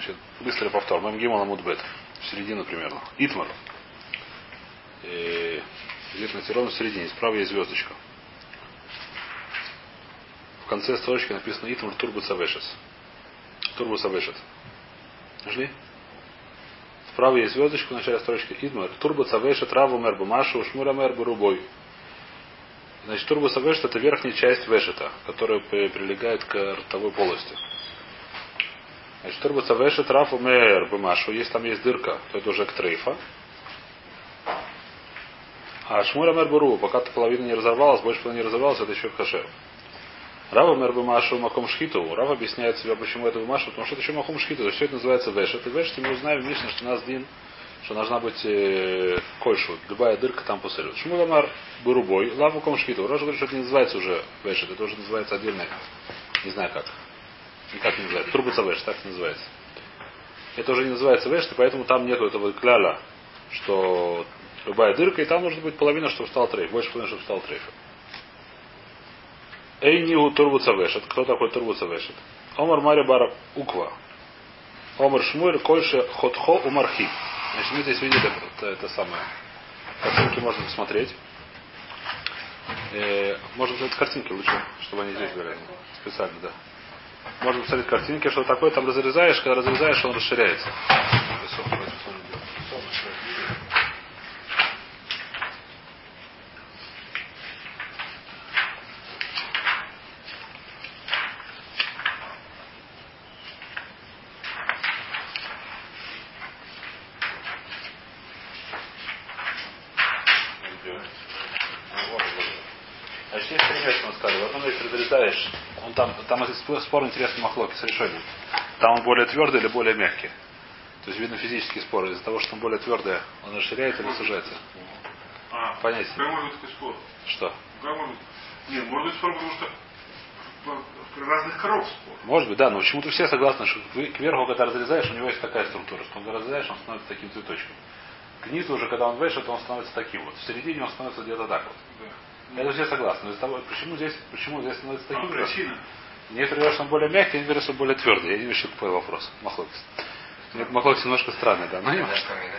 Значит, быстрый повтор. Мэм Гимал Амудбет. В середину примерно. Итмар. Идет на ровно в середине. Справа есть звездочка. В конце строчки написано Итмар Турбу Савешес. Турбу Савешет. Нашли? Справа есть звездочка в начале строчки. Итмар Турбу Савешет Раву Мербу Машу Шмура Мербу Рубой. Значит, Турбу Савешет это верхняя часть вешета, которая прилегает к ротовой полости. Значит, Турбу Савешет Раву Мербу Машу. Если там есть дырка, то это уже к трейфа. А Шмура Мербуру, пока половина не разорвалась, больше половины не разорвалась, это еще кашер. Рава Мербумашу Маком Шхиту. Рав объясняет себя, почему это Машу, потому что это еще Маком Шхиту. То есть все это называется вешет. И вешет мы узнаем в Мишне, что у нас дин, что должна быть кольшу. Любая дырка там посылет. Шмура Мер Бурубой, Лав Маком Шхиту. Рав говорит, что это не называется уже вешет. Это уже называется отдельно. Не знаю как. Никак не называется. Турбуца вешет, так и называется. Это уже не называется вешет, и поэтому там нету этого кляля, что любая дырка, и там нужно быть половина, чтобы встал трейф. Больше половины, чтобы встал трейф. Эйнигу турбуца вешет. Кто такой турбуца вешет? Омар Мария Бара Уква. Омар Шмуэль Кольше Хотхо Умархи. Значит, мы здесь видели это самое. Картинки можно посмотреть. Можно посмотреть картинки лучше, чтобы они здесь были. Специально, да. Можно посмотреть картинки, что такое там разрезаешь, когда разрезаешь, он расширяется. Значит, есть пример, что он сказал. Вот он, если разрезаешь, он там есть спор интересный махлоки с решением. Там он более твердый или более мягкий. То есть видно физический спор. Из-за того, что он более твердый, он расширяется или сужается. Понятно. Какой может быть такой спор? Что? Нет, может быть спор, потому что разных коров спор. Может быть, да, но почему-то все согласны, что кверху, когда разрезаешь, у него есть такая структура, что когда разрезаешь, он становится таким цветочком. К низу уже, когда он вешает, он становится таким вот. В середине он становится где-то так вот. Да. Это все согласны. Из-за того, почему здесь становится таким же? Причина. Некоторые говорят, что он более мягкий, некоторые говорят, что он более твердый. Я не вижу такой вопрос. Махлокис. Нет, Махлокис немножко странный, да. Но не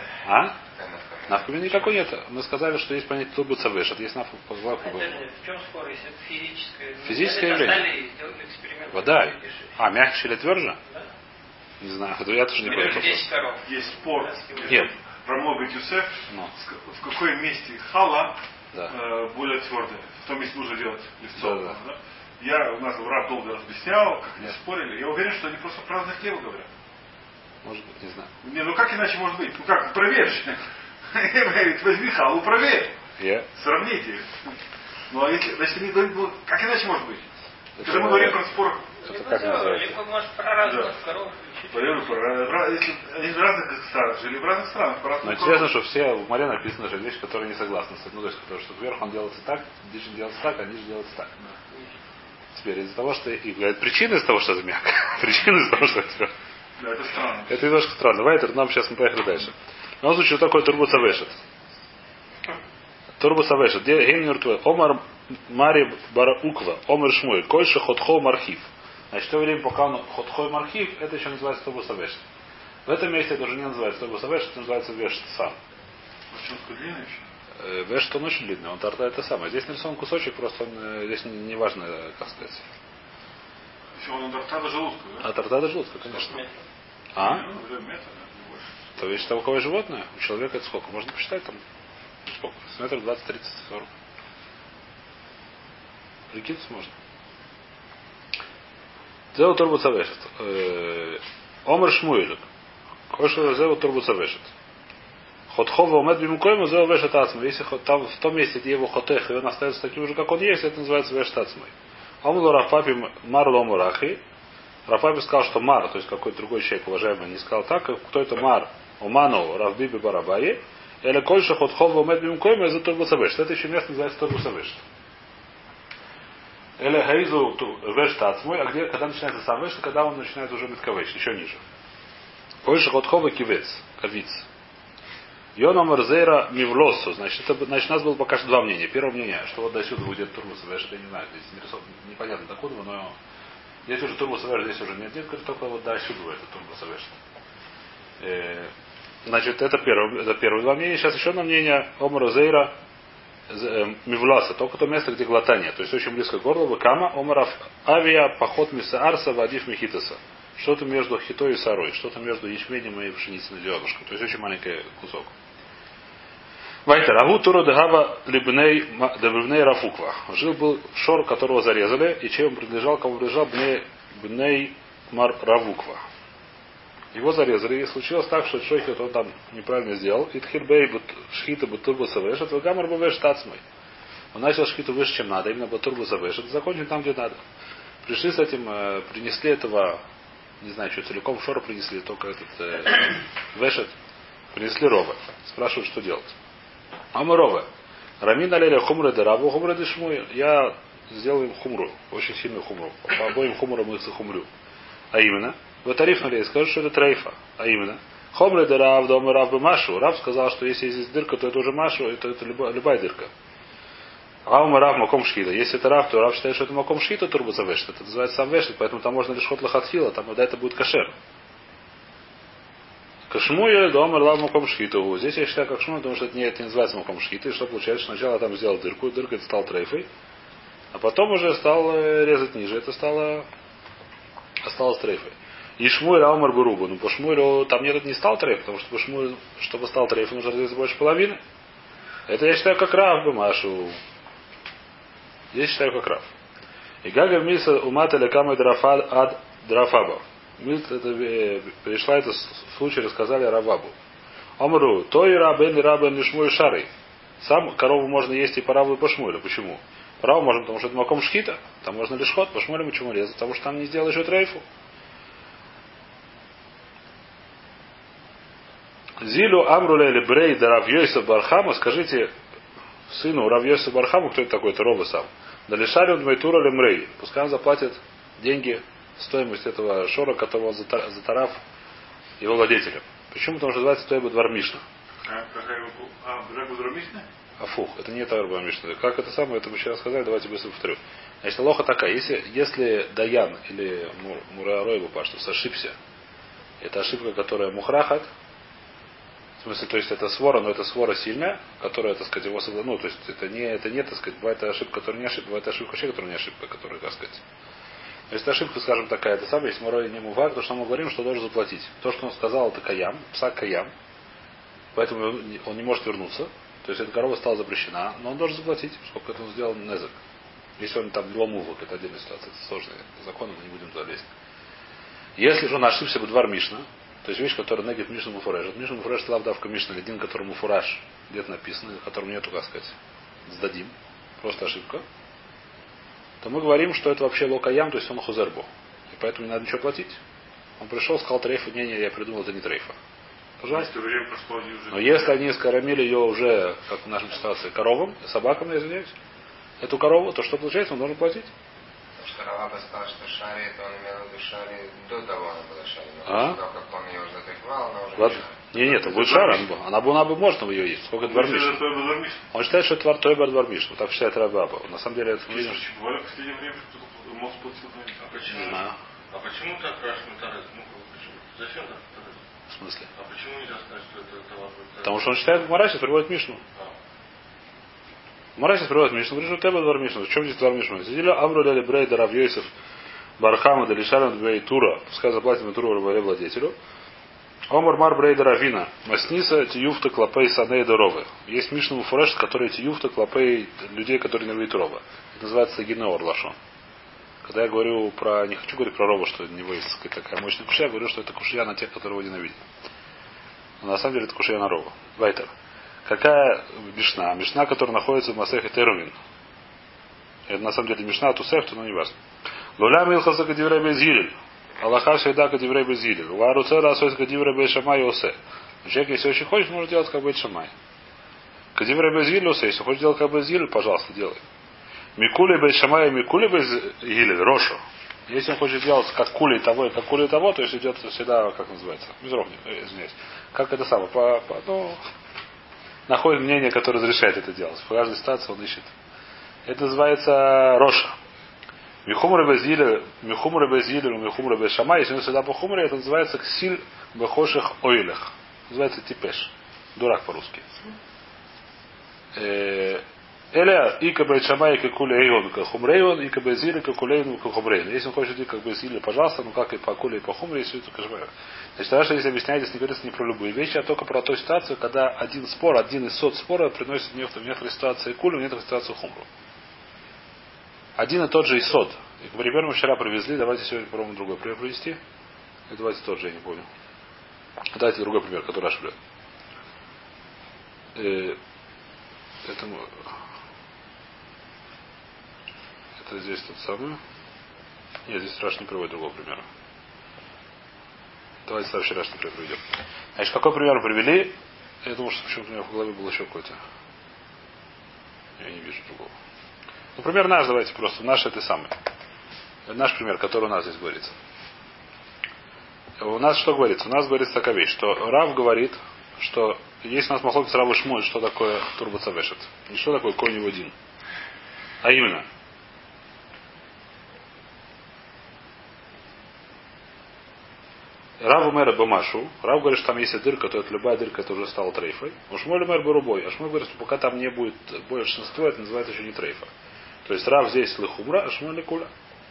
Навками никакой нет. Мы сказали, что есть понятие турбуца вешет. Есть навку по звуку. В чем спор, если это физическое? Физическое явление. Вода. Мягче или тверже? Да. Не знаю. Я тоже не понял. Есть спор. Нет. Про много Юсеф. В каком месте хала более твердая. В том месте нужно делать лицо. Да? У нас Раб долго объяснял, как они спорили. Я уверен, что они просто праздных хлеба говорят. Может быть, не знаю. Ну как иначе может быть? Ну как, проверь. Говорит, возьми халу, проверь. Сравните. Ну а если, значит, они говорят, как иначе может быть? Когда мы говорим про спор. Это как называется? Либо, может, про разных коров. Если они в разных странах жили, в разных странах. Но интересно, что все в море написано, что вещи, которые не согласны с одной, то есть, потому что вверх он делается так, ниже делается так, а ниже делается так. Теперь из-за того, что и говорят, причина из-за того, что это мягко. Причина из-за того, что это твердо. Да, это странно. Это немножко странно. Давай, нам сейчас мы поехали дальше. В любом случае, что такое турбуца вешет? Турбуца вешет. Омар Мари Барауква. Омар Шмуэль. Кольше Хотхо Мархив. Значит, в то время, пока он Хотхо Мархив, это еще называется турбуца вешет. В этом месте это уже не называется турбуца вешет, это называется вешет сам. Почему длинный еще? Вешет он очень длинный, он тарта это самое. Здесь нарисован кусочек, просто он здесь не важно, как сказать. Еще он торта желудка, да? Торта до желудка, конечно. То есть что у кого животное, у человека это сколько? Можно посчитать там сколько? С метров 20, 30, 40. Прикинуть можно. Зеу турбуца вешет. Омер Шмуэль. Кое-что зеу турбуца вешет. Хотхова умет бимукойму зеу вешет ацмой. Если там в том месте, где его хотех, и он остается таким же, как он есть, это называется вешет ацмой. Омлу Рафапи Марло Мурахи. Рафапи сказал, что Мар, то есть какой-то другой человек, уважаемый, не сказал так, кто это Мар, Уману, Равбиби Барабаи, или Кольша Хотхова Умет Бимкойма за турбуца вешет. Это еще место называется турбуца вешет. Или Хаизу вешет ацмой, а где, когда начинается сам вешет, когда он начинает уже метковешт, еще ниже. Кольша Хотхова Кивец, ковиц. Йона Марзейра Мивлосу. Значит, у нас было пока что два мнения. Первое мнение, что вот до сюда будет турбуца вешет, я не знаю, здесь непонятно докуда, но здесь уже турбуца вешет, здесь уже нет, только вот до сюда это турбуца вешет. Значит, это первое два мнения. Сейчас еще одно мнение Омара Зейра Мивласа, только то место, где глотание. То есть очень близко к горлу. Кама Омаров Авиа Поход Миса Арса Вадив Мехитаса. Что-то между хитой и сарой, что-то между ячменем и пшеницей на зернышком. То есть очень маленький кусок. Вайтер. Агу Туру Дагава Либней Рафуква. Жил был шор, которого зарезали, и чем он принадлежал, кому принадлежал Бней Мар Равуква. Его зарезали, и случилось так, что Шойхет он там неправильно сделал. И Тхирбей Шхита Бутурбу Савешет, Вагамар Бувеш Тацмой. Он начал шхиту выше, чем надо, именно Бутурбу Савешет, закончил там, где надо. Пришли с этим, принесли этого, не знаю, что целиком шор принесли, только этот Вешет, принесли Рова. Спрашивают, что делать. А мы Рова. Рамин алеля хумры дарабу хумры дешмуй. Я сделал им хумру, очень сильную хумру. По обоим хумрам их захумрю. А именно, в тариф налей скажут, что это трейфа. А именно, хомры дырав, дома рав бы машу. Рав сказал, что если здесь дырка, то это уже машу, это любая дырка. А у рав маком шхита. Если это рав, то рав считает, что это маком шхита турбуца вешет. Это называется сам вешет, поэтому там можно лишь ход лохатхила, там да, это будет кашер. Кашмуя, дома рав маком шхиту. Здесь я считаю как шмуя, потому что это не называется маком шхита. И что получается, что сначала там сделал дырку, дырка это стал трейфой, а потом уже стал резать ниже, это осталось трейфой. И Шмуэль Алмар Буруба. Ну по Шмуэлю там нет, не стал трейф, потому что по Шмуэлю, чтобы стал трейф, нужно разрезать больше половины. Это я считаю как Рав Бамашу. Здесь считаю как Рав. И Гага Мильса Умата Лекама Ад Драфаба. Мильс это пришла это случай, рассказали Равабу. Амру, той рабен рабен лишмуй шарой. Сам корову можно есть и по Раву, и по Шмуэлю. Почему? По Раву можно, потому что это маком шхита. Там можно лишь ход, по Шмуэлю почему резать? Потому что там не сделал еще трейфу. Зилю Амруле Брей да Равьёйса Бархама, скажите сыну Равьёйса Бархаму, кто это такой, это Рова сам. Далишарю Дмайтура Лемрей. Пускай он заплатит деньги, стоимость этого шора, которого он затарав его владельцам. Почему? Потому что называется Тойба Двармишна. Рэбу Двармишна? Афух, это не Тойба Двармишна. Как это самое, это мы сейчас сказали, давайте быстро повторю. Значит, лоха такая, если Даян или Мураройбу Паштус ошибся, это ошибка, которая мухрахат, в смысле, то есть это свора, но это свора сильная, которая, так сказать, его согласна. Ну, то есть это не, так сказать, бывает ошибка, которая не ошибка, бывает ошибка вообще, которая не ошибка, которая, так сказать. То есть ошибка, скажем, такая, это самое, если морой не мувар, то что мы говорим, что должен заплатить. То, что он сказал, это каям, пса каям, поэтому он не может вернуться. То есть эта корова стала запрещена, но он должен заплатить, сколько это он сделал незак. Если он там ломувок, это отдельная ситуация, это сложный закон, мы не будем туда лезть. Если же он ошибся бы двор Мишна, то есть вещь, которая негит Мишна Муфураж. Мишна Муфураж это лавдавка Мишна, или один, который Муфураж, где-то написано, которому нету, как сказать, сдадим. Просто ошибка. То мы говорим, что это вообще локаям, то есть он хузербо. И поэтому не надо ничего платить. Он пришел, сказал трейфа, не, я придумал, это не трейфа. Пожалуйста. Но если они скормили ее уже, как в нашей ситуации, коровам, собакам, я извиняюсь, эту корову, то что получается, он должен платить. Что Раваба сказал, что шари, то он имел в виду шари до того, она была шари. Но как он ее уже затреквал, она уже не шари. Нет, будет шар, она бы может ее есть. Сколько двармиш. Он считает, что это Тойбар Двармиш. Так считает Раваба. На самом деле это в последнее время что-то мозг платил. А почему так Раш Мутарет? Зачем так? В смысле? А почему нельзя сказать, что это товар? Потому что он считает, Мара сейчас приводит Мишну. Мара сейчас приводит Мишну. Говорит, что Тойбар Двармиш. В чем здесь Двармиш? Сидели Амру Лели Брей Дарав Йосиф Бархама Далишарам Двей Тура. Пускай заплатим Туру владельцу. Омар Мар Брейда Равина. Масниса Тиюфта Клапей Саней Доровы. Есть Мишна Муфуреш, который Тиюфта Клапей людей, которые ненавидят Рова. Это называется Гинеор Лашон. Когда я говорю про, не хочу говорить про Рова, что у него есть такая мощная кушья, я говорю, что это кушья на тех, которые его ненавидят. Но на самом деле это кушья на Рова. Вайтер. Какая Мишна? Мишна, которая находится в Масехе Терувин. Это на самом деле Мишна Тусефта, но не важно. Луля Милхаса Кадивра Безгилель. Аллаха всегда Кадиврей Безгилель. Варуцера Асойс Кадивра Бей Шамай Осе. Человек, если очень хочет, может делать как Бей Шамай. Кадиврей Безгилель Осе. Если хочешь делать как Безгилель, пожалуйста, делай. Микули Бей Шамай, Микули Безгилель, Рошу. Если он хочет делать как кули того и как кули того, то есть идет всегда, как называется, безровня, извиняюсь. Как это самое, находит мнение, которое разрешает это делать. В каждой ситуации он ищет. Это называется Роша. Михумра безилер, михумра без шама, если он сюда по хумре, это называется ксиль бехоших ойлех. Называется типеш. Дурак по-русски. Эля и кабе шама и кулейон хумрейон, и кабе зилер кулейон хумрейон. Если он хочет идти как бы зилер, пожалуйста, ну как и по куле и по хумре, если это кашмер. Значит, Раша здесь объясняет, здесь не говорится не про любые вещи, а только про ту ситуацию, когда один из сот спора приносит в некоторой ситуации кулю, в некоторой ситуации хумру. Один и тот же исод. И, к примеру, мы вчера привезли, давайте сегодня попробуем другой пример привести. И давайте тот же, я не понял. Давайте другой пример, который Раша берет. Это здесь тот самый. Нет, здесь Раша не приводит другого примера. Давайте следующий раз, например, приведем. Значит, какой пример привели? Я думаю, что почему-то у меня в голове был еще какой-то. Я не вижу другого. Ну, пример наш, давайте просто. Наш это самый. Это наш пример, который у нас здесь говорится. У нас что говорится? У нас говорится такая вещь, что Рав говорит, что есть у нас махлокис Рава Шмуль, что такое турбоцавешет. И что такое конь один. А именно. Рав умер бамашу. Рав говорит, что там есть дырка, то это любая дырка, это уже стала трейфой. У Шмуль умер барубой. А Шмуль говорит, что пока там не будет большинство, это называется еще не трейфа. То есть Рав здесь лихумра, а Шмуль ликуля.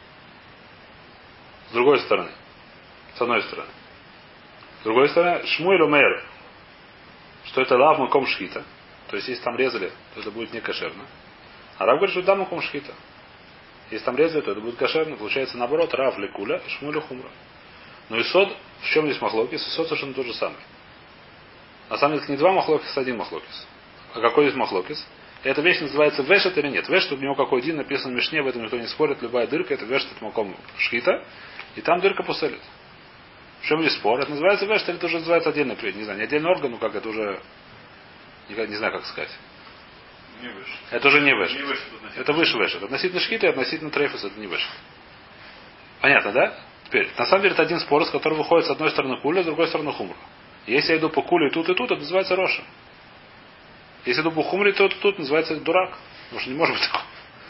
С другой стороны. С одной стороны. С другой стороны, Шмуль умер, что это лав маком шхита. То есть если там резали, то это будет не кошерно. А Рав говорит, что да маком шхита. Если там резали, то это будет кошерно. Получается наоборот, Рав ликуля, а Шмуль лихумра. Но исод, в чем здесь махлокис? Исод совершенно тот же самый. На самом деле это не два махлокиса, а один махлокис. А какой здесь махлокис? Эта вещь называется вешет или нет. Вешет, у него какой один, написано в Мишне, в этом никто не спорит, любая дырка, это вешет от маком шхита, и там дырка пуселит. В чем здесь спор? Это называется вешет, или это уже называется отдельный предмет? Не знаю, не отдельный орган, ну как, это уже, не знаю, как сказать. Не вешет. Это уже не вешет. Не вешет это выше вешет. Относительно шхита и относительно трейфус это не вешет. Понятно, да? Теперь, на самом деле это один спор, с которого выходит с одной стороны куля, с другой стороны хумра. Если я иду по куле и тут, это называется роша. Если иду по хумре, то тут называется дурак. Потому что не может быть такого.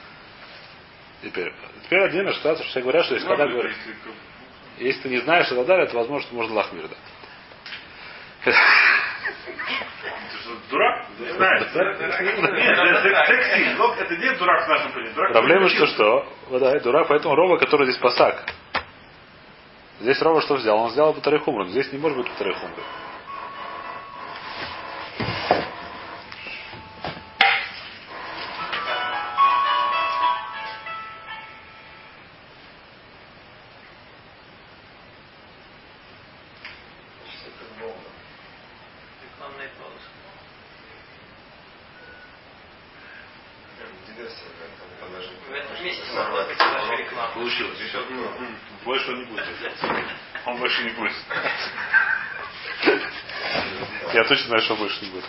Теперь отдельная ситуация, что все говорят, что если когда говорят, если ты не знаешь, что далее, то возможно, что можно лахмир дать. Дурак? Это не дурак в нашем понимании. Проблема, что? Да, дурак, поэтому Рова, который здесь пасак. Здесь Рова что взял? Он взял Батарей Хумру. Здесь не может быть Батарей Хумры. Получилось. Больше он не будет. Он больше не будет. Я точно знаю, что больше не будет.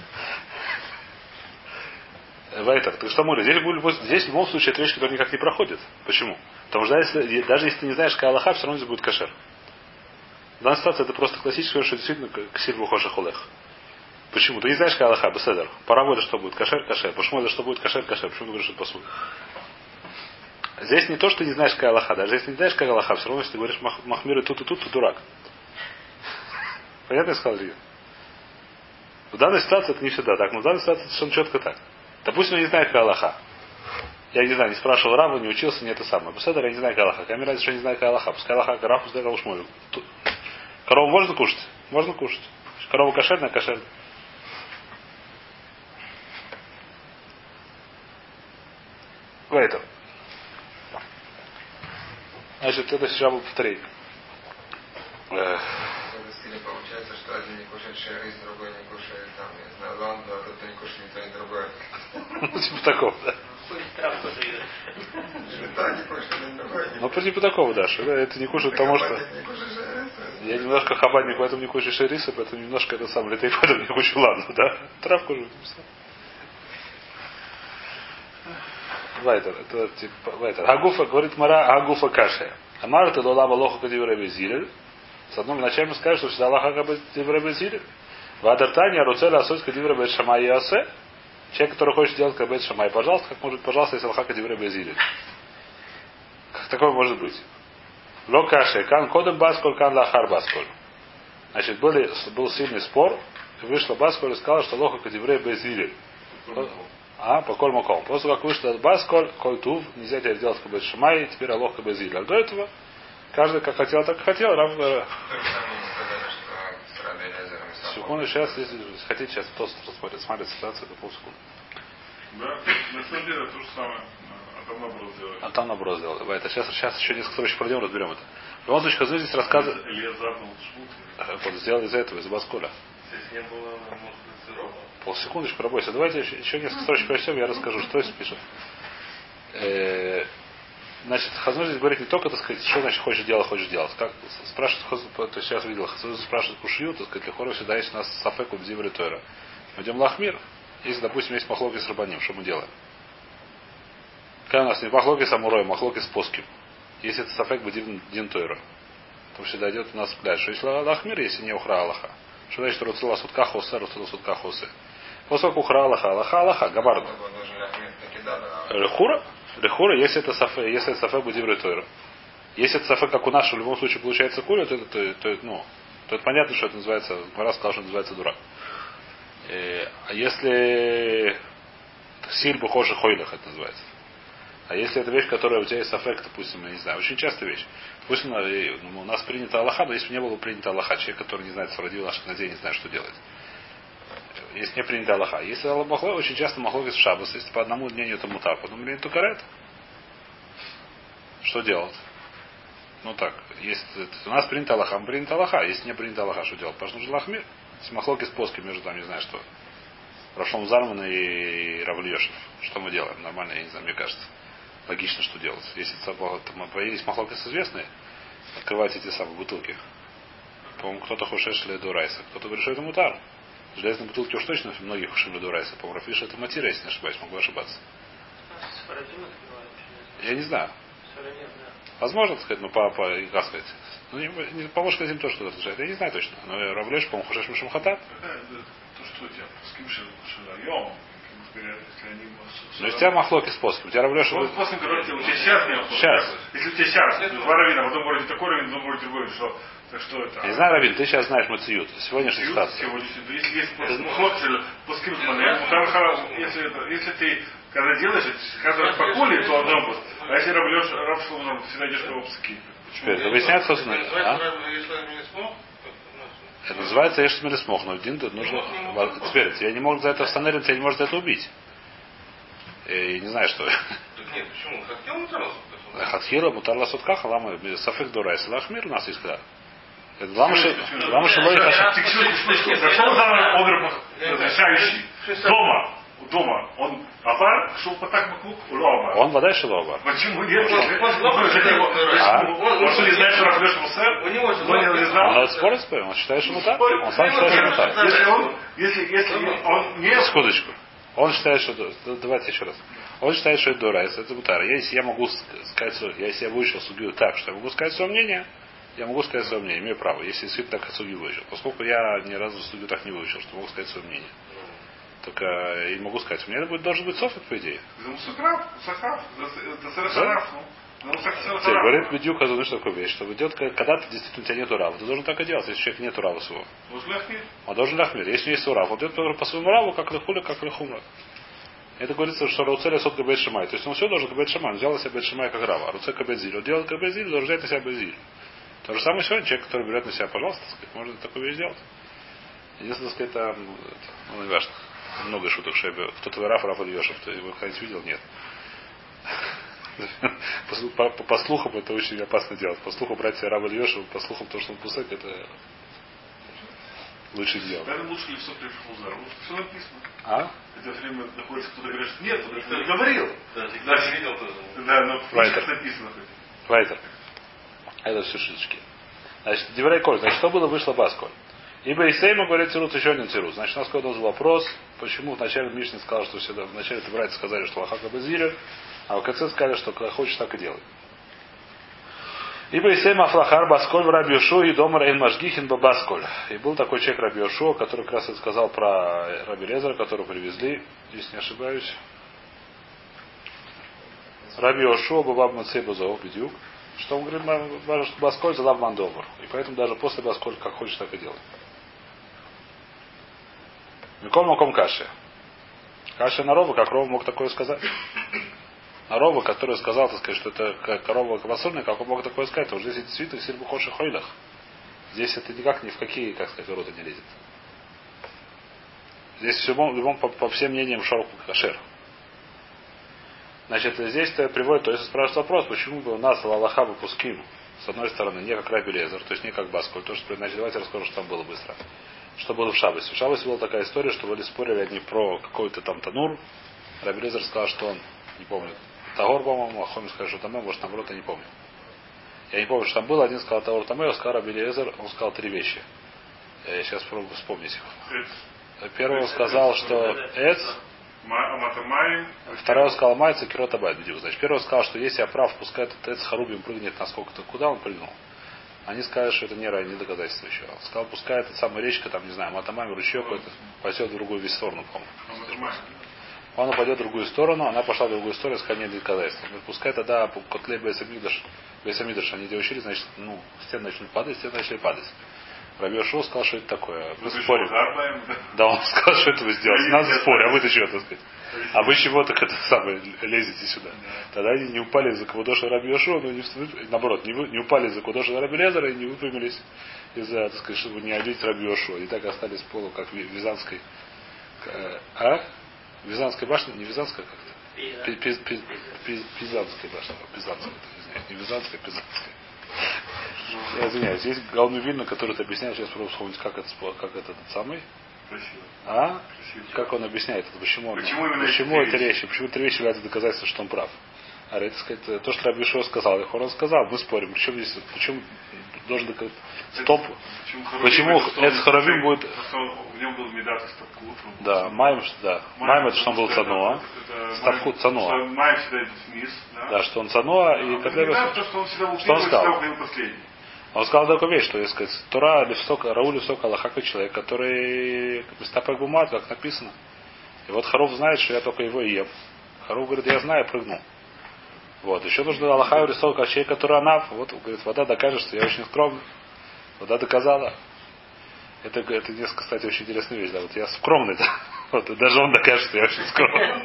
Вайтер, ты что, Муля, здесь в любом случае это вещь, которая никак не проходит. Почему? Потому что даже если ты не знаешь, какая Аллаха, все равно здесь будет кашер. В данной ситуации это просто классическое, что действительно ксиль бухоша хулех. Почему? Ты не знаешь, какая Аллаха, беседер. Пора говорит, что будет кашер, кашер. Почему это что будет кашер, кашер? Почему ты говоришь, что это посуд? Здесь не то, что ты не знаешь, какая Аллаха. Даже если не знаешь, какая Аллаха, все равно, если ты говоришь махмир и тут, то дурак. Понятно, я сказал ли? В данной ситуации это не всегда так, но в данной ситуации это совершенно четко так. Допустим, я не знаю, какая Аллаха. Я не знаю, не спрашивал Рава, не учился, не это самое. Беседер, я не знаю, какая Аллаха. Какая мне разница, что я не знаю, какая Аллаха. Пускай Аллаха, Рав, пускай Рав Шмуль. Корову можно кушать? Можно кушать. Корова кошерная, кошерная. Вайтер. Значит, это сейчас был повторить. Получается, что один не кушает шерис, другой не кушает там, я знаю, ламбу, а тот не кушает ни то, ни другое. Ну, типа такого, да. Ну, типа такого, да, что это не кушает, потому что я немножко хабадник, поэтому не кушаю шериса, поэтому немножко это сам летает, поэтому не кушаю ламбу, да? Травку же. Вайтер, это типа Вайтер. Агуфа, говорит Мара, Агуфа каши. Амар ты лолава лоха кадивра безиль. С одной вначале мы скажем, что всегда Аллаха кадивра безиль. Вадартания руцеля асойс кадивра без шамай ясе. Человек, который хочет делать кабет шамай, пожалуйста, как может, пожалуйста, если Аллаха кадивра безиль. такое может быть. Локаши, кан кодом басколь, кан лахар басколь. Значит, был сильный спор, и вышла басколь и сказала, что лоха кадеврей безили. По коль маком. После как вышла басколь, коль тув, нельзя теперь делать кабет шамай, теперь алоха безили. А до этого, каждый как хотел, так и хотел. Секунду, сейчас, если хотите, сейчас тост смотрит ситуацию, это полсекунды. Да, на самом деле то же самое. А там наоборот сделали. А там наоборот сделали. Это сейчас еще несколько строчек пройдем, разберем это. В любом случае, Хазу здесь рассказывает. Илья запнул шмут. Вот сделали из-за этого, из-за Басколя. Здесь не было, может быть, сырого. Полсекундочку, пробойся. Давайте еще несколько строчек прочтем, я расскажу, что здесь пишет. Значит, Хазу здесь говорит не только, так сказать, что значит хочешь делать. Как спрашивает, то есть сейчас видел, Хазу спрашивает Кушью, так сказать, Лехора всегда есть у нас Сафек Убдиври Тойра. Мы идем Лахмир. Если, допустим, есть махлоки с рабаним, что мы делаем? Когда у нас не махлоки с амурой, махлоки с поским. Если это Сафек Бдин Тойра, то всегда идет у нас дальше. Если Лахмир, если не ухра Аллаха. Что значит Руцила Судка Хосе, Руцила Судка Хосе? После как ухра Аллаха, Габарда. Лехура, если это Сафек Бдиври Тойра. Если это Сафек, как у нас, в любом случае получается куля, то это понятно, что это называется, Гмара сказал, что это называется дурак. А если силь бухоши хойлах это называется. А если это вещь, которая у тебя есть аффект, допустим, я не знаю, очень частая вещь. Допустим, у нас принято Аллаха, но если бы не было принято Аллаха, человек, который не знает Сфаради, наших надеяний, не знает, что делать. Если не принято Аллаха. Если Аллах очень часто махлокис в шаббас, если по одному мнению это мутар, по одному мнению это карет. Что делать? Ну так, если у нас принято Аллаха, мы принято Аллаха. Если не принято Аллаха, что делать? Потому что нужен Лахмир. Если махлоки с плоским между там, не знаю что. Рашлом Зарман и Равльешев. Что мы делаем? Нормально, я не знаю, мне кажется. Логично, что делать. Если мы появились махлоки известные, открывать эти самые бутылки. По-моему, кто-то хушеш леду райса. Кто-то говорит, что это мутар. Железные бутылки уж точно многие хушим леду райса. По-моему, Рафиша это матира, если не ошибаюсь, могу ошибаться. Я не знаю. Возможно, так сказать, как сказать. Ну, не поможешь сказать тоже что-то отвечает. Я не знаю точно. Но Равлеш, по-моему, хушеш мишем хатат. То, что у тебя скимши шаlayom, если они... Ну, если у тебя махлоки с плоским, у тебя Равлеш... Вот после говорите, у тебя сейчас нет. Сейчас. Если у тебя сейчас, два равина, в одном городе такой равин, в другом городе другой, что... Так что это? Я не знаю, Равин, ты сейчас знаешь Мациют. Сегодняшняя ситуация. Если есть махлоки, плоским если ты когда делаешь, когда по коле, то одно будет. А если Рав Шломан, всегда идешь по обсыки. Это выясняется, собственно. Это называется Еш Смели Смох, но один нужно. Теперь, я не мог за это остановить, тебя не может за это убить. Я не знаю, что. Нет, почему? Хатхила мутарла сутках? Хатхила мутарла сутках, лама Сафек Дурайс. Лахмир у нас есть когда. Это лама Шилой Хаши. Ты зашел за овер решающий. Дома. Он Авар шел по так клуб Лоба. Он вода Шилова. Почему нет? Он что не знает, что Рафлеш Мусер? У него же не знал. Он спорит с он считает, что мутар. Он сам считает, что мутар. Если он не... Секундочку. Он считает, что... Давайте еще раз. Он считает, что это дурайс, это мутар. Если я могу сказать, если я вышел судью так, что я могу сказать свое мнение, я могу сказать свое мнение, имею право. Если действительно так судью вышел. Поскольку я ни разу судью так не вышел, что могу сказать свое мнение. Только я не могу сказать. У меня должен быть софик, по идее. Говорит Бедюк, что такое вещь, что идет, когда ты действительно у тебя нету рава. Ты должен так и делать, если человек нету рава своего. Он должен лахмир. Если есть рав, он идет по своему раву, как лехуля, как лехумра. Это говорится, что Руцеля сот кабет шамай. То есть он все должен кабет шамай. Он взял на себя бет шамай как рава. А Руце кабет зиль. Он делает кабет зиль, должен взять на себя бет зиль. То же самое сегодня человек, который берет на себя, пожалуйста, сказать, можно такую вещь сделать. Единственное, сказать, это не важно. Много шуток, что кто-то Раф Ильешев. Ты его когда-нибудь видел? Нет. По слухам это очень опасно делать. По слухам брать Рава Ильешева, по слухам то, что он пусак, это лучше делать. Наверное, лучше ли все пришел все написано. А? Это время находится, кто-то говорит, что нет, кто-то не говорил. Да, ты видел тоже. Да, но в книжках написано. Вайтер. Это все шишечки. Значит, Деврей Коль. Значит, что было, вышло Басколь. Ибо Исейма говорит тирут, еще один тирут. Значит, у нас какой-то вопрос, почему вначале Мишна сказал, что всегда, вначале это братья сказали, что Лахака Безиля, а в конце сказали, что когда хочешь, так и делай. Ибо Исейма Афлахар Басколь в Раби Йошуа и дома Рейн Машгихин Бабасколь. И был такой человек Раби Йошуа, который как раз сказал про Раби Лезера, которого привезли, если не ошибаюсь. Раби Йошуа Бабаб Мацей Базов, Бедюк. Что он говорит, важно, что Басколь задав мандобр. И поэтому даже после Басколь, как хочешь, так и делай. Микол маком каши. Каши на Рова, как Рова мог такое сказать? На Рова, который сказал, так сказать, что это корова квасольная, как он мог такое сказать? Потому что здесь действительно сильно хоши хойлах. Здесь это никак ни в какие, как сказать, ворота не лезет. Здесь в любом по всем мнениям шорку кашер. Значит, здесь-то приводит, то есть спрашивает вопрос, почему бы у нас Аллаха выпуским, с одной стороны, не как Раби Лезер, то есть не как Басколь, то, что, значит, давайте расскажу, что там было быстро. Что было в Шабасе. В Шабасе была такая история, что были спорили одни про какой-то там танур. Раби Лезер сказал, что он, не помню, Тагор, по-моему, а Хомис сказал, что Тамэ, может, наоборот, я не помню. Я не помню, что там было, один сказал Тагор Тамэ, сказал Раби Лезер, он сказал три вещи. Я сейчас пробую вспомнить их. Первый сказал, что Эц, второй сказал Майца, Кирот Абайт. Значит, первый сказал, что если я прав, пускай этот Эц Харубим прыгнет насколько-то, куда он прыгнул. Они сказали, что это не доказательство еще. Он сказал, пускай эта самая речка, там, не знаю, Матамами, ручеек, пойдет в другую весь сторону, по-моему. Он упадет в другую сторону, она пошла в другую сторону, сказать, нет доказательства. Пускай тогда по котле Бейсамидаш, они где учились, значит, стены начнут падать, стены начали падать. Раби Йошуа сказал, что это такое. Мы спорим. Да, он сказал, что это вы сделаете. Надо спорить, а вы-то что, так сказать? А вы чего так это самое лезете сюда? Тогда они не упали из-за Кавудоша Раби Йошуа, но наоборот, не упали из-за Кавудоша Раби Лезера и не выпрямились из-за, так сказать, чтобы не обидеть Раби Йошуа. И так остались в полу, как в Визанской. Визанской башне? Не Визанская как-то? Пизанская башня. Пизанская, не Визанская, Пизанская. Я извиняюсь. Есть Гаон Вильна, который это объясняет. Сейчас пробую вспомнить, как это самый. Красиво. Красиво. Как он объясняет это? Почему это речь? Почему эта речь является доказательством, что он прав? Это, сказать, то, что Раби Йошуа сказал, он сказал, мы спорим. Почему должен доказать? Стоп. Почему Эц Харавим будет... В нем был медат и стапкут. Да, Майм, да. Майм это что он был Цануа. Стапкут Цануа. Майм всегда идет вниз. Да, что он Цануа и Котлеба. Что он сказал? Он сказал такую вещь, что, я сказать, Тора Левсока, Рау Левсока Аллахака человек, который Мистапек Бумат, как написано. И вот Харув знает, что я только его и ем. Харув говорит, я знаю, прыгнул. Вот. Еще нужно Аллаха Левсока, как человек, который Анав. Вот, говорит, вода докажет, что я очень скромный. Вода доказала. Это несколько, кстати, очень интересная вещь. Да, вот я скромный, да. Вот, и даже он докажет, что я очень скромный.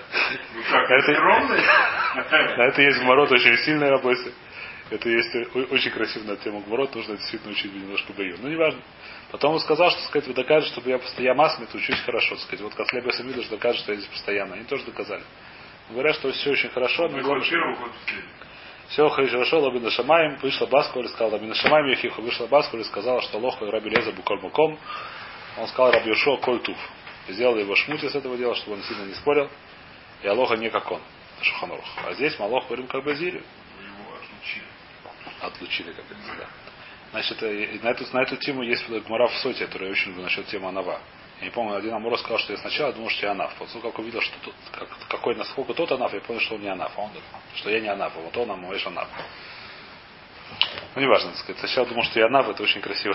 Это есть в Марот очень сильная работа. Это есть очень красивая тема Гмарот, нужно действительно учить немножко бою. Но неважно. Потом он сказал, что сказать, вы докажете, чтобы я постоянно масмит, учусь хорошо. Сказать, вот Котле Бесамидаш докажет, что я здесь постоянно. Они тоже доказали. Говорят, что все очень хорошо, но все хорошо, Лабина Шамаем, вышла Баскуль, сказал Лабина Шамаем, Ехиху, вышла Баскуль и сказала, что Лоха и Раби Леза Буколь Муком. Он сказал Раби Йошуа Коль Туф. Сделал его шмути с этого дела, чтобы он сильно не спорил. И Алоха не как он. Шуханорух. А здесь Малох говорим как Базилию. Отлучили, как говорится, да. Значит, на эту тему есть Гмара в Соте, которая очень люблю насчет темы Анава. Я не помню, один Амуро сказал, что я сначала думал, что я Анав. После того, как увидел, что насколько тот Анав, я понял, что он не Анав. А он, что я не Анав, а вот он, мой Анав. Ну, неважно, так сказать. Сначала думал, что я Анав, это очень красиво.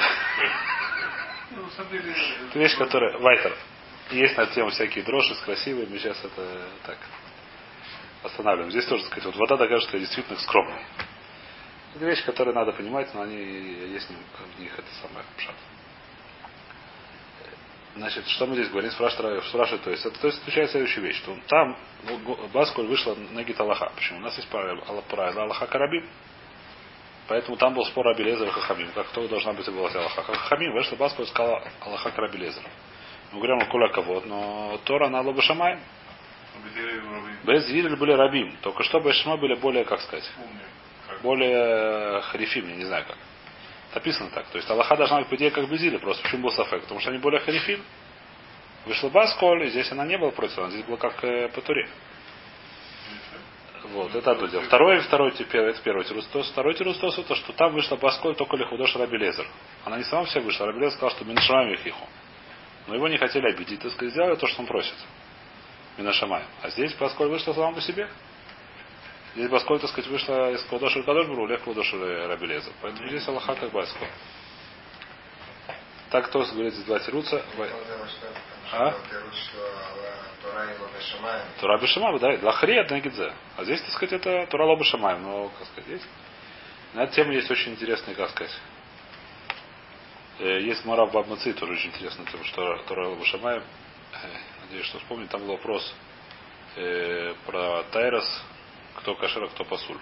Это вещь, которая... Вайтер. Есть на эту тему всякие дрожжи красивые, мы сейчас это так останавливаем. Здесь тоже, так сказать, вот вода докажет, что я действительно скромный. Это вещь, которую надо понимать, но они есть в них это самое пшат. Значит, что мы здесь говорим? Спрашивает, то есть отвечает следующую вещь, что там Баскуль вышла на Гит Аллаха. Почему? У нас есть правило Аллаха Карабим. Поэтому там был спор Раби Лезер и Хахамим. Как кто должна быть была Аллаха. Хахамим вышла Баскуль и сказала Аллаха Раби Лезер. Мы говорим о Куля Кавод, но Тора на Лоба Шамай. Без Виль были Рабим. Только что Без Шама были более, как сказать, более харифим, я не знаю как. Написано так. То есть Аллаха должна быть, по идее, как Безили, просто почему был Сафек? Потому что они более харифим. Вышла Басколь, и здесь она не была против, она здесь была как по Туре. Вот, это одно дело. Это первый тирустос. Второй тирустос, это что там вышла Басколь только Лихудош Раби Лезер. Она не сама вся вышла. Раби Лезер сказал, что Минашамай Михиху. Но его не хотели обидеть, так сказать, сделали то, что он просит. Минашамай. А здесь Басколь вышла сама по себе. Здесь Басколь, так сказать, вышла из Квадоша Кадош Бру, Лех Квадоша Раби Лезер. Поэтому здесь Аллаха как Басколь. Так кто говорит, здесь два тируца. Тура Бешамай, да, Лахри это Гидзе. А здесь, так сказать, это Тура Лоба Шамай. Но, как сказать, здесь. На эту тему есть очень интересный, как сказать. Есть Мара в Бабмаци, тоже очень интересная тема, что Тора Башамаем. Надеюсь, что вспомнить. Там был вопрос про Тайрос, кто кашер, а кто пасуль.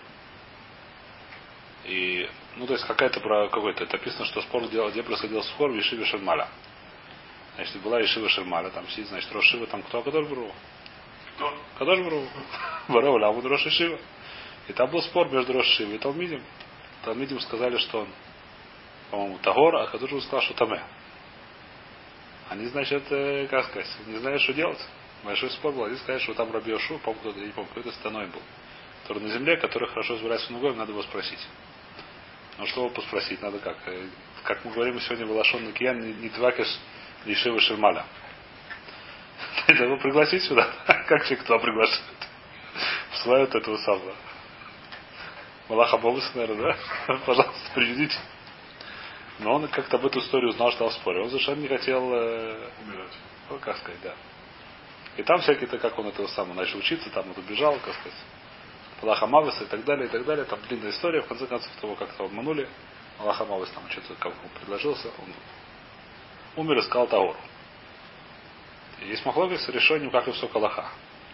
И, ну, то есть какая-то про какой-то. Это написано, что спор где происходил спор в Ешиве Шермаля. Значит, была Ешива Шермаля, там сидит, значит, Рошива, там кто? Кадош Бару. Кто? Кадош Бару. Бару, Лавуд Рош Ешива. И там был спор между Рош Ешивой и Талмидим. Талмидим сказали, что он, по-моему, Тагор, а Кадош Бару сказал, что Таме. Они, значит, как сказать, не знают, что делать. Большой спор был. Они сказали, что там Раби Йошуа, по-моему, я не помню, какой-то Станой был, который на земле, который хорошо разбирается в Нугоем, надо его спросить. Ну, что его спросить? Надо как? Как мы говорим сегодня, Балашон Накиян, не твакиш Ешивы Шермаля. Это его пригласить сюда? Как человек туда приглашает? Посылают этого самого. Малаха Бобуса, наверное, да? Пожалуйста, приведите. Но он как-то об эту историю узнал, что в споре. Он совершенно не хотел умирать. Ну, как сказать, да. И там всякие-то, как он этого самого начал учиться, там он убежал, как сказать. Малаха Мависа и так далее, и так далее. Там длинная история, в конце концов, того как-то обманули. Малаха Мавис там что-то как он предложился, он умер и сказал Таору. И есть махлокис с решением, как и все Калаха.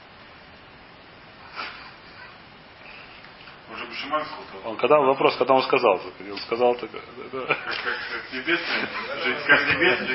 Уже Бушиман сказал. Он когда вопрос, когда он сказал, он сказал так. Как небесный, жить как небесный.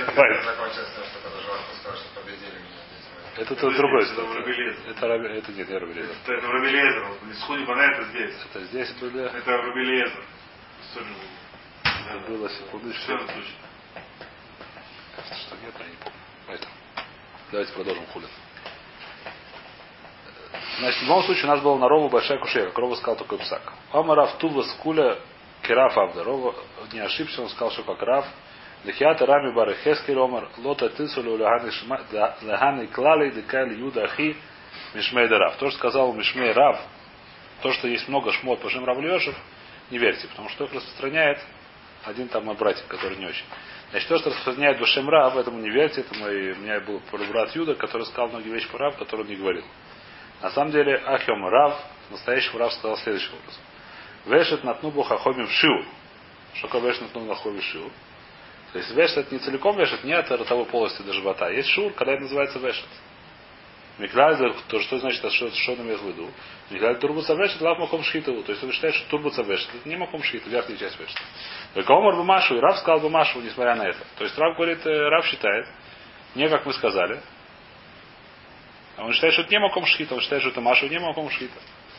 Это другой. Это нет, не Рабелезер. Это Рабелезер. Не сходи на это здесь. Это здесь были. Это Рабелезер. Это было секундочку. Что это точно? Что нет, я не помню. Поэтому. Давайте продолжим хулин. Значит, в любом случае у нас была на Рову большая кушера, как Рова сказал такой псак. Амарав Тува Скуля Кераф Авда. Рова не ошибся, он сказал, что как Рав. Лехиата Рами Бары Хески Ромар Лота Тысулю Леханы Клали Декали Юда Ахи Мишмей Рав. То, что сказал Мишмей Рав, то, что есть много шмот по Шем Рав Лешев, не верьте, потому что их распространяет один там мой братик, который не очень. Значит, то, что распространяет Башем Рав, этому не верьте. Это у меня был брат Юда, который сказал многие вещи по Рав, которые он не говорил. На самом деле, Ахем Рав, настоящий Рав сказал следующим образом. Вешет натнубу хахомим шиу. Что такое вешет натнубу хахомим шиу? То есть вешет это не целиком вешет, не от ротовой полости до живота. Есть шур, когда это называется вешет. Миклаль, то что значит, что он имеет в виду? Миклаль турбуца вешет, лав маком шхитову. То есть он считает, что турбуца вешет. Это не маком шхит, верхняя часть вешет. Только Омар Бумашу, и Рав сказал Бумашу, несмотря на это. То есть Рав говорит, Рав считает, не как мы сказали. А он считает, что это не маком шхита, он считает, что это Машу не маком шхита.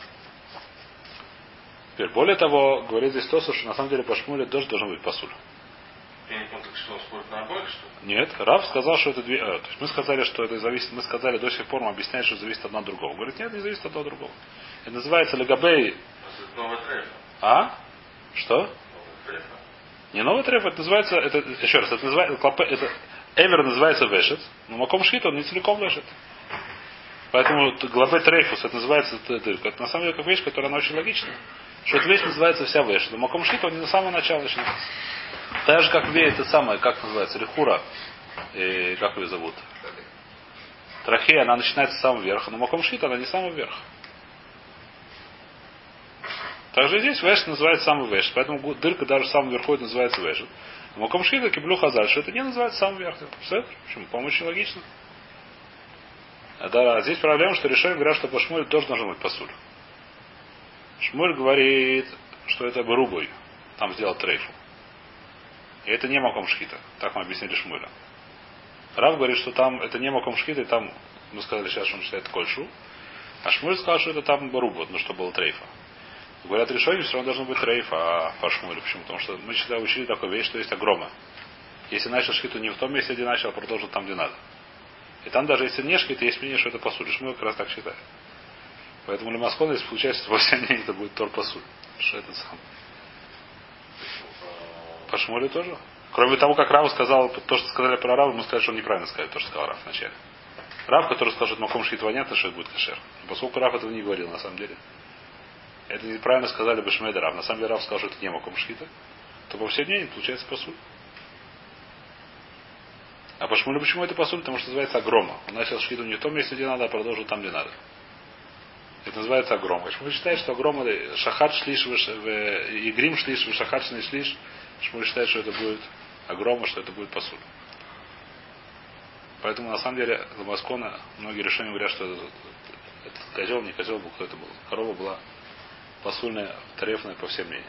Теперь, более того, говорит здесь Тосу, что на самом деле по Шмуле тоже должен быть пасуль. Я не помню, что он спорит на обоих, что ли? Нет, Рав сказал, что это две. То есть мы сказали, что это зависит, мы сказали до сих пор, мы объясняем, что зависит одно от другого. Говорит, нет, не зависит одно от другого. Это называется Легабей. Это новый треф. А? Что? Новый треф. Не новый треф, это называется, это, еще раз, это называется, это Эвер называется вешет, но маком шхит он не целиком вешет. Поэтому главе трейфус, это называется дырка. Это на самом деле как вещь, которая она очень логична. Что эта вещь называется вся вешет. Но маком шхит он не на самого начала начинается. Так же, как вея, это самое, как называется, рехура, как ее зовут? Трахея, она начинается с самого верха, но маком шхит она не с самого верха. Также здесь вешет называется самый вешет. Поэтому дырка даже в самом верху это называется вешет. А маком шхит это киблю хазаль, что это не называется самым верхом. Представляете? Почему? По-моему, очень логично. Да, здесь проблема, что решаем, говорят, что по Шмулю тоже должен быть пасуль. Шмуль говорит, что это Барубой. Там сделал трейфу. И это не маком шхита. Так мы объяснили Шмуля. Рав говорит, что там это не маком шхита, и там мы сказали сейчас, что он считает кольшу. А Шмуль сказал, что это там Баруба, ну что было трейфа. Говорят, решение все равно должно быть трейфа, а по Шмулю. Почему? Потому что мы всегда учили такую вещь, что есть огрома. Если начал шхиту не в том месте, где начал, а продолжил там, где надо. И там даже если не шхит, есть мнение, что это пасуль. Шмуль как раз так считает. Поэтому Лемаскон, если получается, что во всем мнении это будет тор пасуль. Что это сам? По Шмулю тоже? Кроме того, как Рав сказал, то, что сказали про Рава, мы сказали, что он неправильно сказал то, что сказал Рав вначале. Рав, который сказал, что маком шхит понятно, что это будет кашер. Но поскольку Рав этого не говорил, на самом деле. Это неправильно сказали бы Шмейда Рав. На самом деле Рав сказал, что это не маком шхита. То по всем мнениям получается пасуль. А по Шмулю почему это пасуль? Потому что называется огрома. Он начал шхиту не в том месте, где надо, а продолжил там, где надо. Это называется агром. Мы считаем, что агром это шахат шлиш и грим шлиш, шахат шлиш. Мы считаем, что это будет агрома, что это будет пасуль. Поэтому на самом деле Ламаскона многие решения говорят, что этот козел, не козел был, кто это был. Корова была пасульная, тарефная по всем мнениям.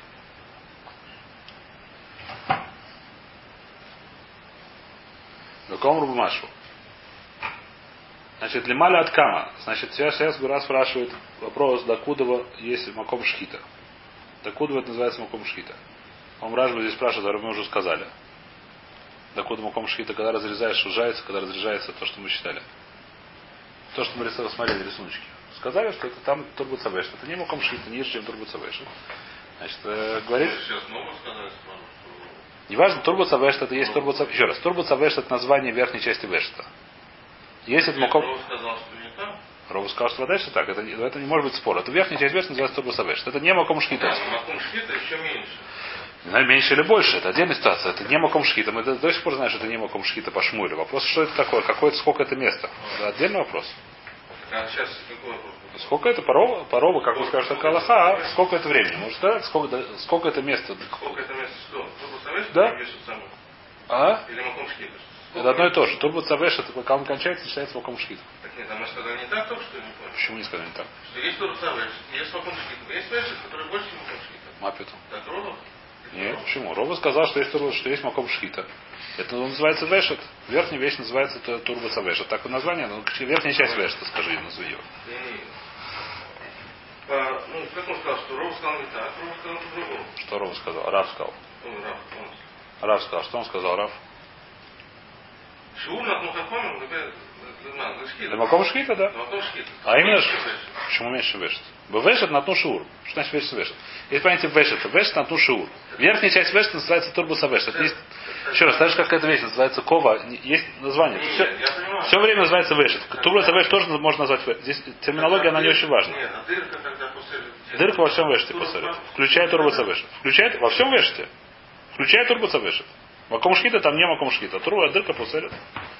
Веком Машу. Значит, лималя от кама. Значит, сейчас Гура спрашивает вопрос, докуда есть маком шхита. Докуда это называется маком шхита. Омражба здесь спрашивает, мы уже сказали. Докуда маком шхита, когда разрезаешь, сужается, когда разрезается то, что мы считали. То, что мы смотрели рисуночки. Сказали, что это там турбуцавеш. Это не маком шхита, не ниже, чем турбуцавеш. Значит, говорит... Неважно, турбуцавеш это есть турбуцавеш. Еще раз, турбуцавеш это название верхней части вешта. Если это маком... Рова сказал, что не так. Рова сказал, что дальше так. Это не может быть спор. Это верхняя часть вешта называется турбуцавеш. Это не маком шхита. Маком шхита еще меньше. Не знаю, меньше или больше. Это отдельная ситуация. Это не маком шхита. Мы до сих пор знаем, что это не маком шхита по шмулю. Вопрос, что это такое? Сколько это место? Это отдельный вопрос. А сейчас какой вопрос? Сколько это порова, как вы скажете, такая лоха, сколько это времени? Может сказать, сколько это место? Сколько это место что? Турбуцавеш? Да. Или маком шхита? Это одно и то же. Турбуцавеш, это когда он кончается, считается маком шхита. Так нет, а мы сказали не так только что, не понял. Почему не сказали не так? Что есть турбуцавеш, есть маком шхита. Есть вешет, который больше, чем маком шхита. Мапету. Так, Рова? Нет, почему? Рова сказал, что есть маком шхита. Это называется вешет. Верхняя вещь называется турбуцавеш. Так и название, но верхняя часть вешета, скажи, назови ее. Ну, как он сказал, что Рова сказал не так, Рова сказал по-другому. Что Рова сказал? Рав сказал. Рав сказал. Что он сказал, Рав? Шур над мухахомом, да маком шхита, да. А именно, почему меньше вешет? Вешет на тну шур. Что значит вешет вешет? Есть понятие вешет. Вешет на тну шур. Верхняя часть вешет называется турбусавешет. Еще раз, знаешь, как эта вещь называется кова. Есть название. Все время называется вешет. Турбусавешет тоже можно назвать вешет. Здесь терминология, она не очень важна. Дырка во всем вешете посмотрит. Включая турбусавешет. Включает во всем вешете. Включая турбусавешет. Маком шхита там не маком шхита. Турбо дырка посмотрит.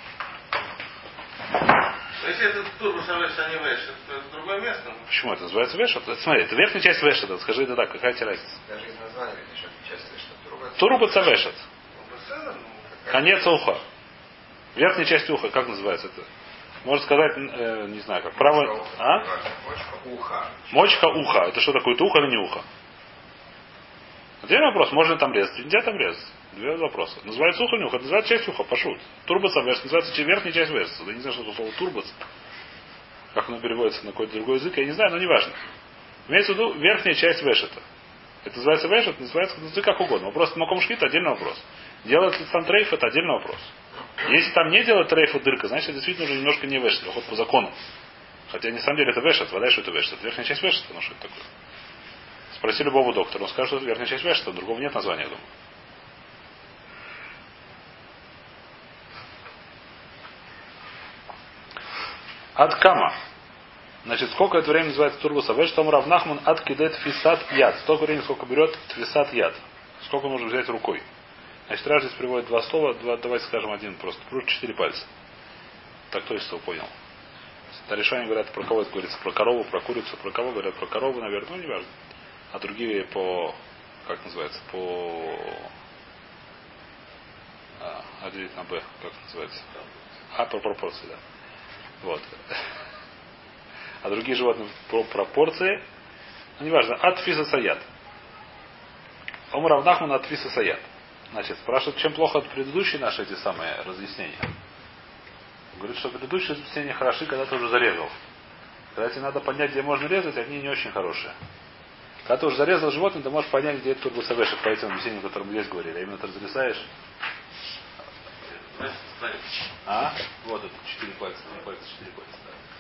Если это турбусавеш, а не вешет, то это другое место. Почему это называется вешет? Смотри, это верхняя часть вешета. Скажи это так, какая тебе разница? Даже из названия видишь, это часть вешета. Турбуцавешет. Конец уха. Верхняя часть уха, как называется это? Можно сказать, не знаю, как правое. А? Мочка уха. Мочка уха. Это что такое? Это ухо или не ухо? Отдельный вопрос. Можно там резать. Нельзя там резать. Две вопроса. Называется ухо или не ухо? Называется часть уха. Пошут. Турбуцавешет называется верхняя часть вешета. Я не знаю, что это слово турбуц. Как оно переводится на какой-то другой язык, я не знаю, но не важно. Имеется в виду верхняя часть вешета. Это называется вешет, называется как угодно. Вопрос маком шхит отдельный вопрос. Делает ли там трейф, это отдельный вопрос. Если там не делает трейфа дырка, значит это действительно уже немножко не вешет, ход по закону. Хотя на самом деле это вешет, вода, что это вешет. Это верхняя часть вешет, ну что это такое? Спроси любого доктора, он скажет, что это верхняя часть вешет, другого нет названия, я думаю. От кама. Значит, сколько это время называется турбусавеш, что Равнахман от кидет фисат яд. Столько времени, сколько берет фисат яд. Сколько нужно взять рукой. Значит, Раш здесь приводит два слова, давайте скажем один просто. Плюс 4 пальца. Так то есть, кто понял. Тарешане говорят, про кого это говорится, про корову, про курицу, про кого говорят, про корову, наверное, ну не важно. А другие по, как называется, по А делить на Б, как называется. А по пропорции, да. Вот. А другие животные по пропорции, ну неважно, от фиса саят. Ом Равнахман от фиса саят. Значит, спрашивают, чем плохо от предыдущей наши эти самые разъяснения. Говорит, что предыдущие разъяснения хороши, когда ты уже зарезал. Когда тебе надо понять, где можно резать, они не очень хорошие. Когда ты уже зарезал животное, ты можешь понять, где это турбусавешет по этим объяснениям, о которых мы здесь говорили. А именно ты разрезаешь. А? Вот это 4 пальца, 4 пальца, 4 пальца.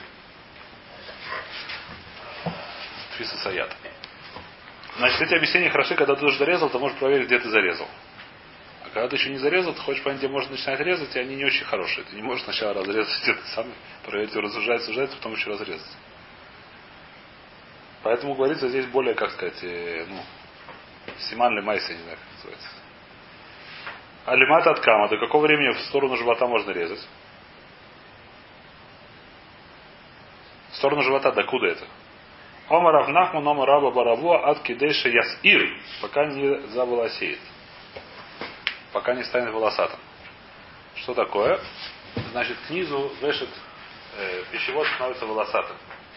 Да. Тфиса саят. Значит, эти объяснения хороши, когда ты уже зарезал, ты можешь проверить, где ты зарезал. А когда ты еще не зарезал, ты хочешь понять, где можно начинать резать, и они не очень хорошие. Ты не можешь сначала разрезать это самое, проверить, сужается, потом еще разрезать. Поэтому говорится здесь более, как сказать, симан ли майса, не знаю, как называется. Алимат от кама. До какого времени в сторону живота можно резать? В сторону живота, докуда это? Омарав Нахман, Омар Раба Баравуа, от Кидейша Ясир, пока не заволосеет. Пока не станет волосатым. Что такое? Значит, к низу вешает пищевод становится волосатым.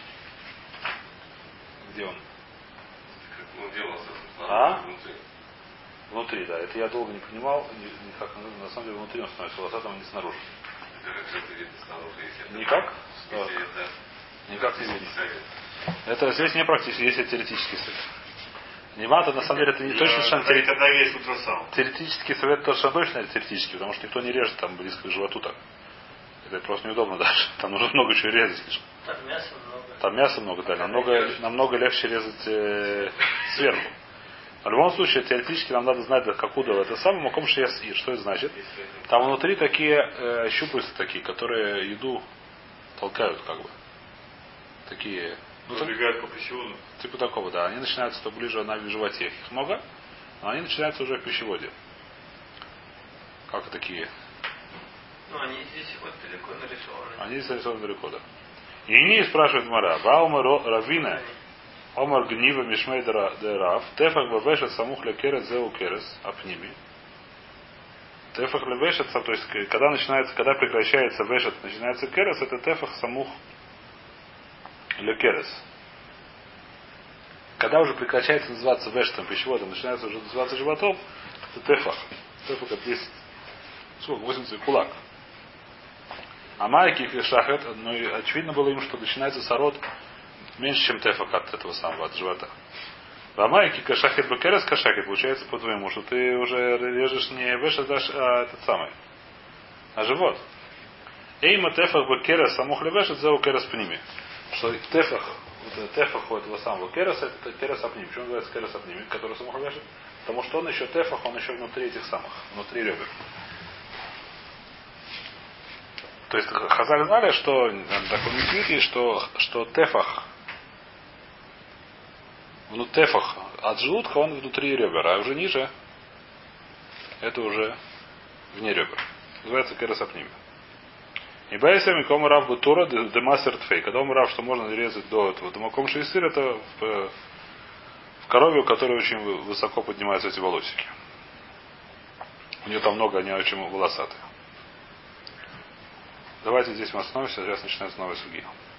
Где он? Как он делался? Внутри. Внутри, да. Это я долго не понимал. На самом деле внутри он становится волосатым, а не снаружи. Это как это видно снаружи, если никак? Если это никак не видно. Это здесь не практически, если теоретический совет. Немата, на самом деле, это не точно совершенно теоретический совет тоже точно теоретический, потому что никто не режет там близко к животу так. Это просто неудобно даже. Там нужно много чего резать слишком. Там мяса много, да. Намного легче резать сверху. В любом случае, теоретически нам надо знать, какуда это самое маком шиясир. Что это значит? Там внутри такие щупальца такие, которые еду толкают, как бы. Такие. Забегают по пищеводу. Типа такого, да. Они начинаются то ближе в животе. Их много, но они начинаются уже в пищеводе. Как такие? Ну, они здесь вот далеко нарисованы. Они здесь нарисованы далеко, да. И не спрашивает Мара. Баума Равина. Омар гнива мишмей де рав. Тефах вавешет самух лекерет зеу керес. Апними. Тефах левешет, то есть когда прекращается вешет, начинается керес, это тефах самух лекерес. Когда уже прекращается называться вешетом пищеводом, начинается уже называться животом, это тефах. Тефах это 10. Сколько? 80 кулак. А майки и шахет, ну и очевидно было им, что начинается сород меньше, чем тефах от этого самого, от живота. А майки кашахет бакерес кашахет, получается по-твоему, что ты уже режешь не вешет, а этот самый, а живот. Эйма тефах бакерес самух левешет зеу керес пними. Что тефах, вот тефах у этого самого кереса, это керес апними. Почему называется керес апними, который самух левешет? Потому что он еще тефах, он еще внутри этих самых, внутри ребер. То есть Хазаль знали, что такой митвит есть, что тефах, тефах от желудка он внутри ребер, а уже ниже это уже вне ребер. Называется керасапними. И байсами кому рав бутура демасер тфей. Когда он рав, что можно резать до этого. Домаком шейсыр это в корове, у которой очень высоко поднимаются эти волосики. У нее там много, они очень волосатые. Давайте здесь мы остановимся, сейчас начинается новая сугия.